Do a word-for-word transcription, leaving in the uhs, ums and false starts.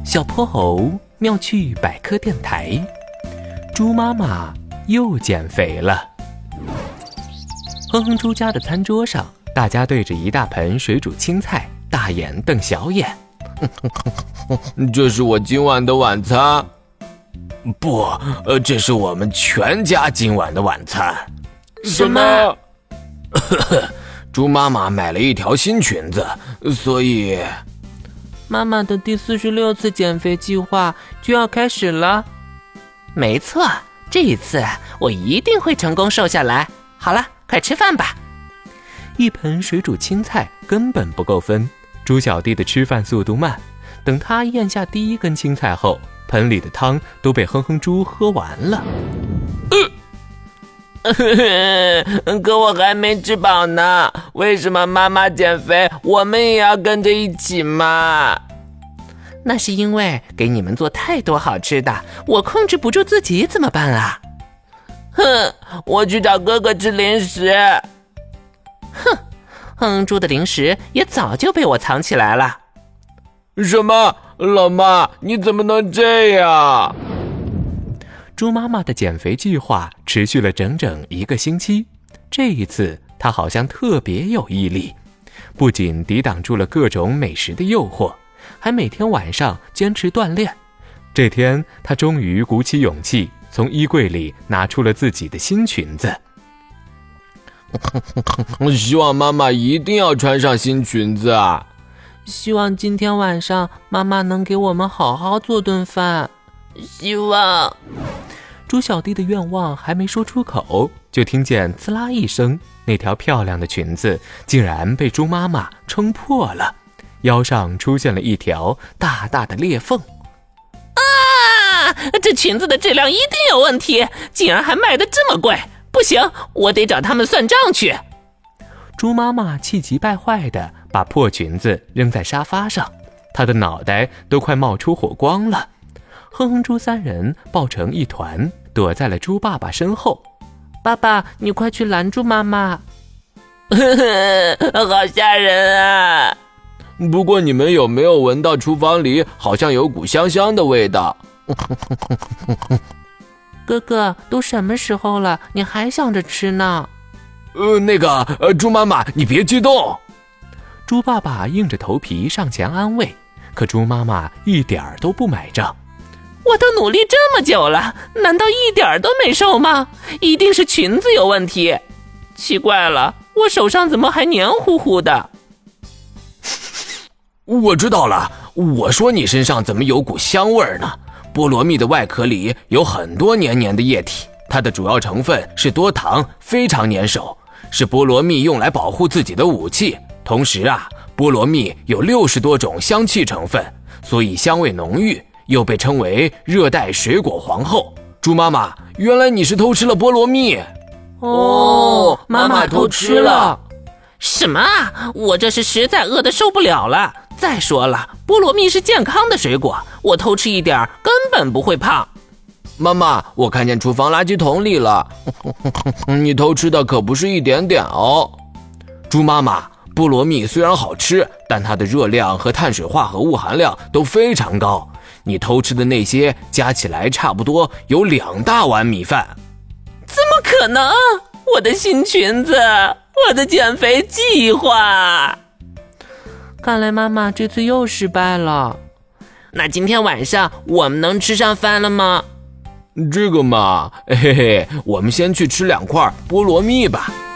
小泼猴妙趣百科电台，猪妈妈又减肥了。哼哼猪家的餐桌上，大家对着一大盆水煮青菜大眼瞪小眼。 这是我今晚的晚餐。不，呃，这是我们全家今晚的晚餐。 什么？ 猪妈妈买了一条新裙子，所以妈妈的第四十六次减肥计划就要开始了。 没错，这一次我一定会成功瘦下来。好了，快吃饭吧。一盆水煮青菜根本不够分，猪小弟的吃饭速度慢，等他咽下第一根青菜后，盆里的汤都被哼哼猪喝完了。 可我还没吃饱呢，为什么妈妈减肥，我们也要跟着一起嘛？ 那是因为给你们做太多好吃的，我控制不住自己怎么办啊？ 哼，我去找哥哥吃零食。 哼，哼哼猪的零食也早就被我藏起来了。 什么？老妈，你怎么能这样？ 猪妈妈的减肥计划持续了整整一个星期，这一次她好像特别有毅力，不仅抵挡住了各种美食的诱惑，还每天晚上坚持锻炼。这天，她终于鼓起勇气，从衣柜里拿出了自己的新裙子。 希望妈妈一定要穿上新裙子啊！ 希望今天晚上妈妈能给我们好好做顿饭。希望。 猪小弟的愿望还没说出口，就听见刺啦一声，那条漂亮的裙子竟然被猪妈妈撑破了，腰上出现了一条大大的裂缝。 啊！这裙子的质量一定有问题，竟然还卖得这么贵！不行，我得找他们算账去。 猪妈妈气急败坏地把破裙子扔在沙发上，她的脑袋都快冒出火光了。哼哼猪三人抱成一团，躲在了猪爸爸身后。 爸爸，你快去拦住妈妈！好吓人啊！ 不过你们有没有闻到厨房里好像有股香香的味道？ 哥哥，都什么时候了，你还想着吃呢？ 呃，那个，呃，猪妈妈，你别激动。 猪爸爸硬着头皮上前安慰，可猪妈妈一点儿都不买账。 我都努力这么久了，难道一点都没瘦吗？一定是裙子有问题。奇怪了，我手上怎么还黏糊糊的？ 我知道了，我说你身上怎么有股香味呢？菠萝蜜的外壳里有很多黏黏的液体，它的主要成分是多糖，非常粘手，是菠萝蜜用来保护自己的武器。同时啊，菠萝蜜有六十多种香气成分，所以香味浓郁，又被称为热带水果皇后。猪妈妈，原来你是偷吃了菠萝蜜。 哦，妈妈偷吃了。 什么啊？我这是实在饿得受不了了。再说了，菠萝蜜是健康的水果，我偷吃一点根本不会胖。 妈妈，我看见厨房垃圾桶里了，你偷吃的可不是一点点哦。猪妈妈，菠萝蜜虽然好吃，但它的热量和碳水化合物含量都非常高，你偷吃的那些加起来差不多有两大碗米饭。 怎么可能？我的新裙子，我的减肥计划。看来妈妈这次又失败了。那今天晚上我们能吃上饭了吗？ 这个嘛，嘿嘿嘿，我们先去吃两块菠萝蜜吧。